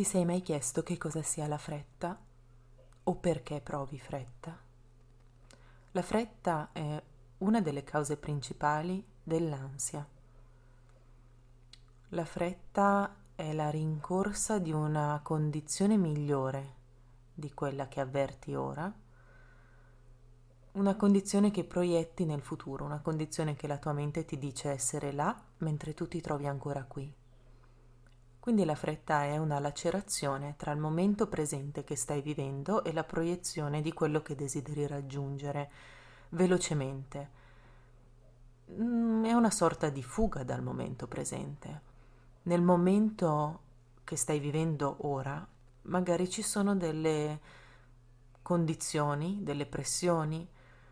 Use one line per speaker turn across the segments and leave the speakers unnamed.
Ti sei mai chiesto che cosa sia la fretta o perché provi fretta? La fretta è una delle cause principali dell'ansia. La fretta è la rincorsa di una condizione migliore di quella che avverti ora, una condizione che proietti nel futuro, una condizione che la tua mente ti dice essere là mentre tu ti trovi ancora qui. Quindi la fretta è una lacerazione tra il momento presente che stai vivendo e la proiezione di quello che desideri raggiungere velocemente. È una sorta di fuga dal momento presente. Nel momento che stai vivendo ora, magari ci sono delle condizioni, delle pressioni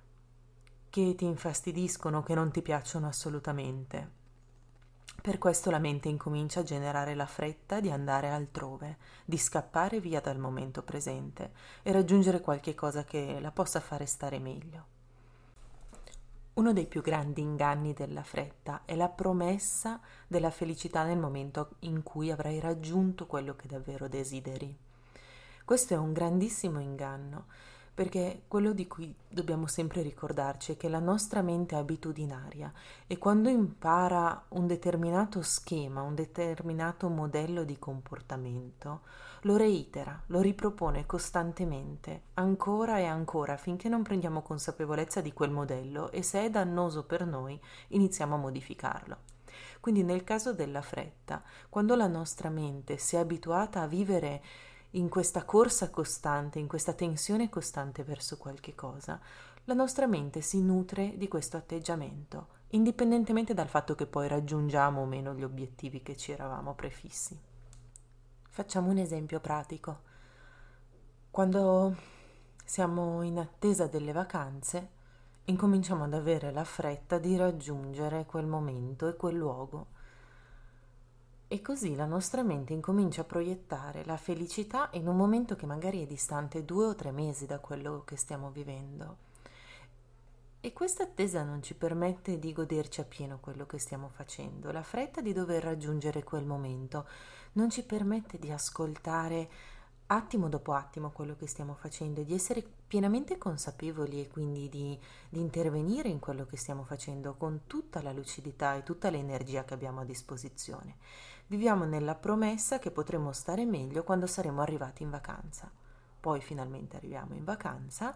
che ti infastidiscono, che non ti piacciono assolutamente. Per questo la mente incomincia a generare la fretta di andare altrove, di scappare via dal momento presente e raggiungere qualche cosa che la possa fare stare meglio. Uno dei più grandi inganni della fretta è la promessa della felicità nel momento in cui avrai raggiunto quello che davvero desideri. Questo è un grandissimo inganno, perché quello di cui dobbiamo sempre ricordarci è che la nostra mente è abitudinaria e quando impara un determinato schema, un determinato modello di comportamento, lo reitera, lo ripropone costantemente, ancora e ancora, finché non prendiamo consapevolezza di quel modello e se è dannoso per noi, iniziamo a modificarlo. Quindi nel caso della fretta, quando la nostra mente si è abituata a vivere in questa corsa costante, in questa tensione costante verso qualche cosa, la nostra mente si nutre di questo atteggiamento, indipendentemente dal fatto che poi raggiungiamo o meno gli obiettivi che ci eravamo prefissi. Facciamo un esempio pratico. Quando siamo in attesa delle vacanze, incominciamo ad avere la fretta di raggiungere quel momento e quel luogo. E così la nostra mente incomincia a proiettare la felicità in un momento che magari è distante 2 o 3 mesi da quello che stiamo vivendo. E questa attesa non ci permette di goderci appieno quello che stiamo facendo. La fretta di dover raggiungere quel momento non ci permette di ascoltare attimo dopo attimo quello che stiamo facendo e di essere pienamente consapevoli e quindi di intervenire in quello che stiamo facendo con tutta la lucidità e tutta l'energia che abbiamo a disposizione. Viviamo nella promessa che potremo stare meglio quando saremo arrivati in vacanza. Poi finalmente arriviamo in vacanza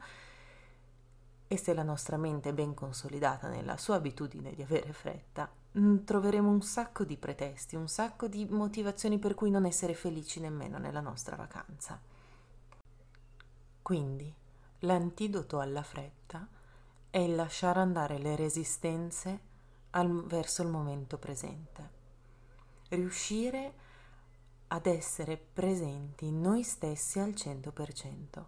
e se la nostra mente è ben consolidata nella sua abitudine di avere fretta, troveremo un sacco di pretesti, un sacco di motivazioni per cui non essere felici nemmeno nella nostra vacanza. Quindi, l'antidoto alla fretta è il lasciare andare le resistenze verso il momento presente. Riuscire ad essere presenti in noi stessi al 100%,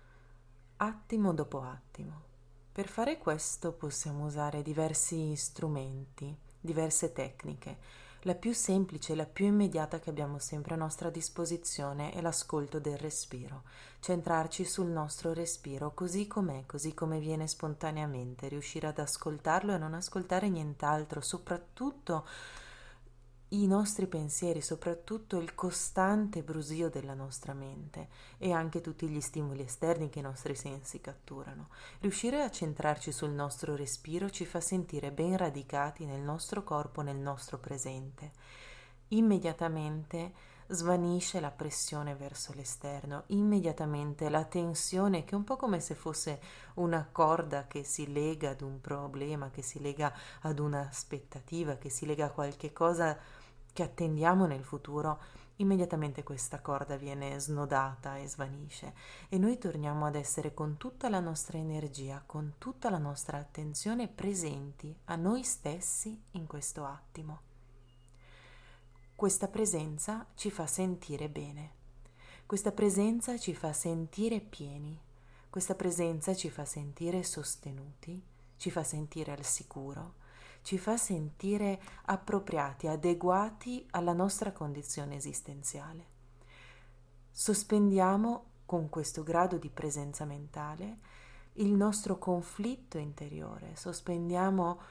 attimo dopo attimo. Per fare questo possiamo usare diversi strumenti, diverse tecniche. La più semplice e la più immediata che abbiamo sempre a nostra disposizione è l'ascolto del respiro, centrarci sul nostro respiro così com'è, così come viene spontaneamente, riuscire ad ascoltarlo e non ascoltare nient'altro, soprattutto i nostri pensieri, soprattutto il costante brusio della nostra mente e anche tutti gli stimoli esterni che i nostri sensi catturano. Riuscire a centrarci sul nostro respiro ci fa sentire ben radicati nel nostro corpo, nel nostro presente. Immediatamente svanisce la pressione verso l'esterno, immediatamente la tensione che è un po' come se fosse una corda che si lega ad un problema, che si lega ad un'aspettativa, che si lega a qualche cosa che attendiamo nel futuro, immediatamente questa corda viene snodata e svanisce e noi torniamo ad essere con tutta la nostra energia, con tutta la nostra attenzione presenti a noi stessi in questo attimo. Questa presenza ci fa sentire bene, questa presenza ci fa sentire pieni, questa presenza ci fa sentire sostenuti, ci fa sentire al sicuro, ci fa sentire appropriati, adeguati alla nostra condizione esistenziale. Sospendiamo con questo grado di presenza mentale il nostro conflitto interiore, sospendiamo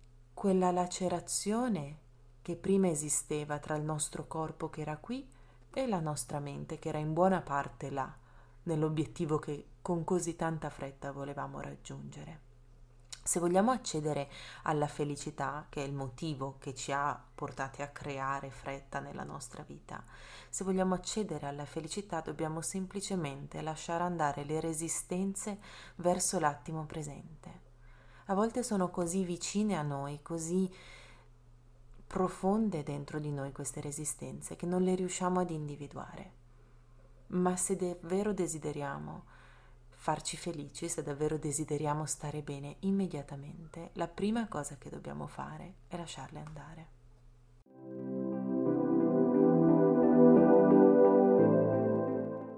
quella lacerazione che prima esisteva tra il nostro corpo che era qui e la nostra mente, che era in buona parte là, nell'obiettivo che con così tanta fretta volevamo raggiungere. Se vogliamo accedere alla felicità, che è il motivo che ci ha portati a creare fretta nella nostra vita, se vogliamo accedere alla felicità dobbiamo semplicemente lasciare andare le resistenze verso l'attimo presente. A volte sono così vicine a noi, così profonde dentro di noi queste resistenze, che non le riusciamo ad individuare. Ma se davvero desideriamo farci felici, se davvero desideriamo stare bene immediatamente, la prima cosa che dobbiamo fare è lasciarle andare.